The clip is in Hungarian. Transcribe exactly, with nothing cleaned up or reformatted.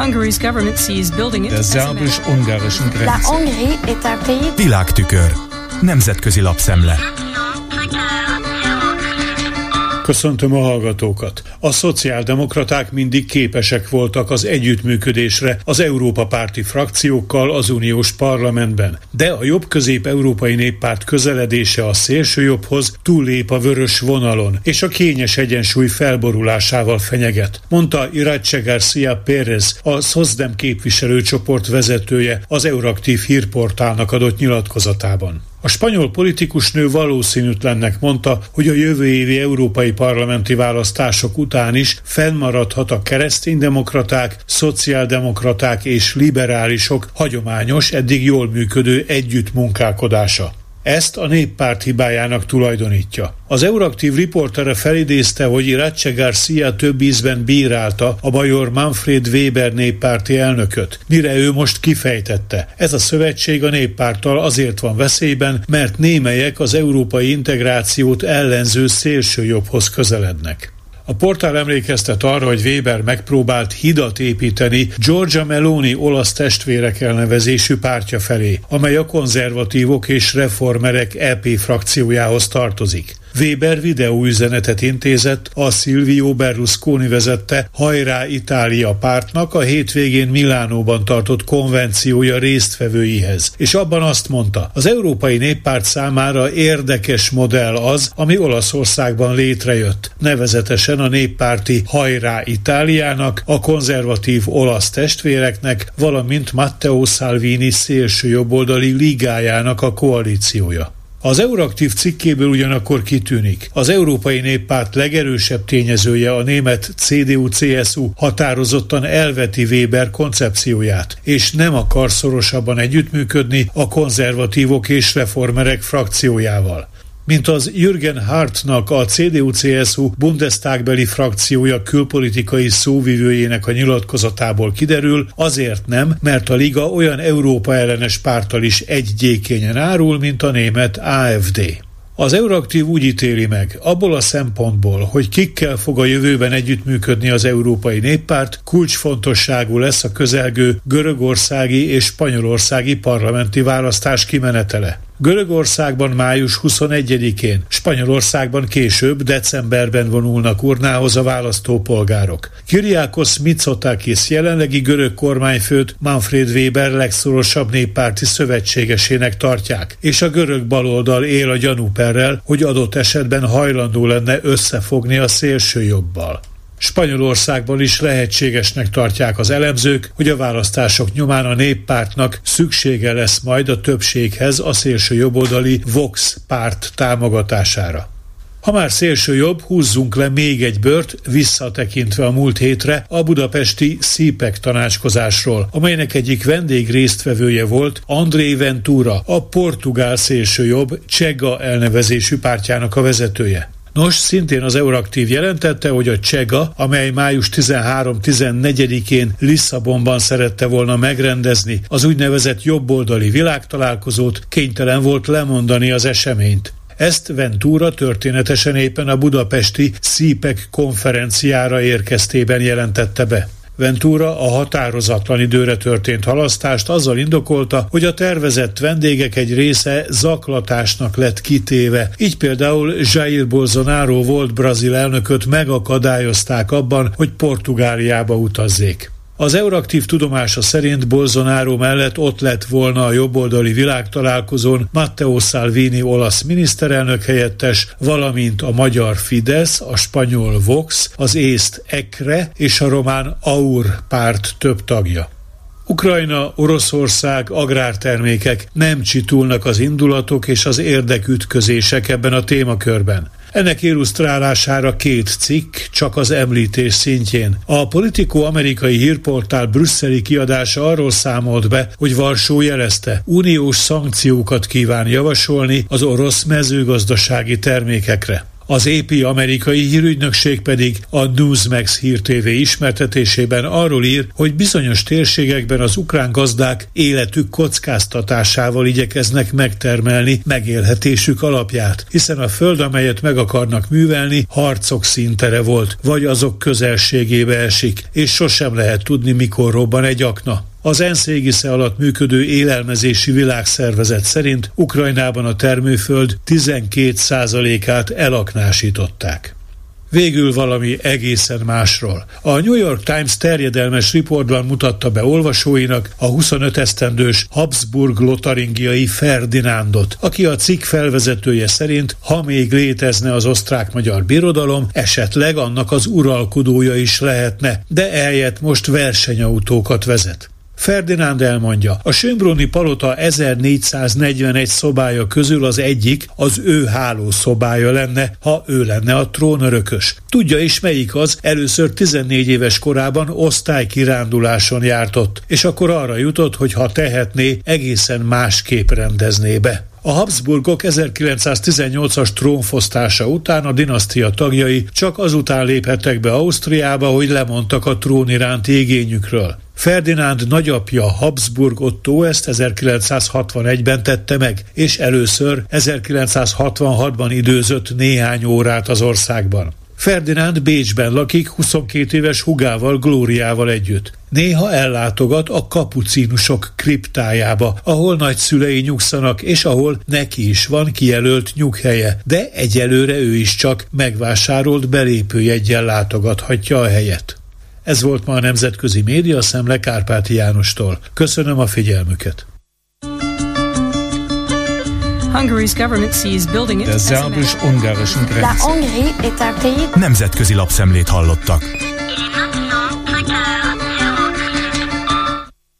der szerbus-ungarischen Grenze. La Hongrie est un pays. Világtükör. Nemzetközi lapszemle. Köszöntöm a hallgatókat! A szociáldemokraták mindig képesek voltak az együttműködésre az Európa párti frakciókkal az uniós parlamentben, de a jobb-közép-európai néppárt közeledése a szélsőjobbhoz túllép a vörös vonalon, és a kényes egyensúly felborulásával fenyeget, mondta Iratxe García Pérez, a SZOSZDEM képviselőcsoport vezetője az Euraktív hírportálnak adott nyilatkozatában. A spanyol politikus nő valószínűtlennek mondta, hogy a jövő évi európai parlamenti választások után is fennmaradhat a kereszténydemokraták, szociáldemokraták és liberálisok hagyományos, eddig jól működő együttmunkálkodása. Ezt a néppárt hibájának tulajdonítja. Az Euraktív riportere felidézte, hogy Iratxe García több ízben bírálta a bajor Manfred Weber néppárti elnököt, mire ő most kifejtette. Ez a szövetség a néppárttal azért van veszélyben, mert némelyek az európai integrációt ellenző szélsőjobbhoz közelednek. A portál emlékeztet arra, hogy Weber megpróbált hidat építeni Giorgia Meloni olasz testvérek elnevezésű pártja felé, amely a konzervatívok és reformerek é pé frakciójához tartozik. Weber videóüzenetet intézett a Silvio Berlusconi vezette Hajrá Itália pártnak a hétvégén Milánóban tartott konvenciója résztvevőihez, és abban azt mondta, az Európai Néppárt számára érdekes modell az, ami Olaszországban létrejött, nevezetesen a néppárti Hajrá Itáliának, a konzervatív olasz testvéreknek, valamint Matteo Salvini szélsőjobboldali ligájának a koalíciója. Az Euraktív cikkéből ugyanakkor kitűnik, az Európai Néppárt legerősebb tényezője, a német cé dé u cé es u határozottan elveti Weber koncepcióját, és nem akar szorosabban együttműködni a konzervatívok és reformerek frakciójával. Mint az Jürgen Hartnak, a cé dé u cé es u Bundestagbeli frakciója külpolitikai szóvivőjének a nyilatkozatából kiderül, azért nem, mert a Liga olyan Európa ellenes párttal is egy gyékényen árul, mint a német á ef dé. Az Euraktív úgy ítéli meg, abból a szempontból, hogy kikkel fog a jövőben együttműködni az Európai Néppárt, kulcsfontosságú lesz a közelgő görögországi és spanyolországi parlamenti választás kimenetele. Görögországban május huszonegyedikén, Spanyolországban később, decemberben vonulnak urnához a választópolgárok. Kyriakos Mitsotakis jelenlegi görög kormányfőt Manfred Weber legszorosabb néppárti szövetségesének tartják, és a görög baloldal él a gyanúperrel, hogy adott esetben hajlandó lenne összefogni a szélsőjobbal. Spanyolországban is lehetségesnek tartják az elemzők, hogy a választások nyomán a néppártnak szüksége lesz majd a többséghez a szélsőjobboldali Vox párt támogatására. Ha már szélsőjobb, húzzunk le még egy bört, visszatekintve a múlt hétre a budapesti szípek tanácskozásról, amelynek egyik vendég résztvevője volt André Ventura, a portugál szélsőjobb Chega elnevezésű pártjának a vezetője. Nos, szintén az Euraktív jelentette, hogy a Chega, amely május tizenhárom-tizennegyedikén Lisszabonban szerette volna megrendezni az úgynevezett jobboldali világtalálkozót, kénytelen volt lemondani az eseményt. Ezt Ventura történetesen éppen a budapesti szípek konferenciára érkeztében jelentette be. Ventura a határozatlan időre történt halasztást azzal indokolta, hogy a tervezett vendégek egy része zaklatásnak lett kitéve. Így például Jair Bolsonaro volt brazil elnököt megakadályozták abban, hogy Portugáliába utazzék. Az Euraktív tudomása szerint Bolsonaro mellett ott lett volna a jobboldali világtalálkozón Matteo Salvini olasz miniszterelnök helyettes, valamint a magyar Fidesz, a spanyol Vox, az észt é ká eré és a román á u er párt több tagja. Ukrajna, Oroszország, agrártermékek, nem csitulnak az indulatok és az érdekütközések ebben a témakörben. Ennek illusztrálására két cikk, csak az említés szintjén. A Politico amerikai hírportál brüsszeli kiadása arról számolt be, hogy Varsó jelezte, uniós szankciókat kíván javasolni az orosz mezőgazdasági termékekre. Az á pé amerikai hírügynökség pedig a Newsmax Hír té vé ismertetésében arról ír, hogy bizonyos térségekben az ukrán gazdák életük kockáztatásával igyekeznek megtermelni megélhetésük alapját, hiszen a föld, amelyet meg akarnak művelni, harcok színtere volt, vagy azok közelségébe esik, és sosem lehet tudni, mikor robban egy akna. Az ENSZ égisze alatt működő Élelmezési Világszervezet szerint Ukrajnában a termőföld tizenkét százalékát elaknásították. Végül valami egészen másról. A New York Times terjedelmes riportban mutatta be olvasóinak a huszonöt esztendős Habsburg-lotaringiai Ferdinándot, aki a cikk felvezetője szerint, ha még létezne az osztrák-magyar birodalom, esetleg annak az uralkodója is lehetne, de ehelyett most versenyautókat vezet. Ferdinánd elmondja, a Schönbrunni palota ezernégyszáznegyvenegy szobája közül az egyik az ő hálószobája lenne, ha ő lenne a trónörökös. Tudja is, melyik az, először tizennégy éves korában osztálykiránduláson járt ott, és akkor arra jutott, hogy ha tehetné, egészen másképp rendezné be. A Habsburgok ezerkilencszáztizennyolcas trónfosztása után a dinasztia tagjai csak azután léphettek be Ausztriába, hogy lemondtak a trón iránti igényükről. Ferdinánd nagyapja Habsburg Otto ezt ezerkilencszázhatvanegyben tette meg, és először ezerkilencszázhatvanhatban időzött néhány órát az országban. Ferdinánd Bécsben lakik huszonkét éves hugával, Glóriával együtt. Néha ellátogat a kapucinusok kriptájába, ahol nagyszülei nyugszanak, és ahol neki is van kijelölt nyughelye, de egyelőre ő is csak megvásárolt belépőjeggyel látogathatja a helyet. Ez volt ma a Nemzetközi Média Szemle Kárpáti Jánostól. Köszönöm a figyelmüket! Der szerbus-ungarischen Grenze. Nemzetközi lapszemlét hallottak.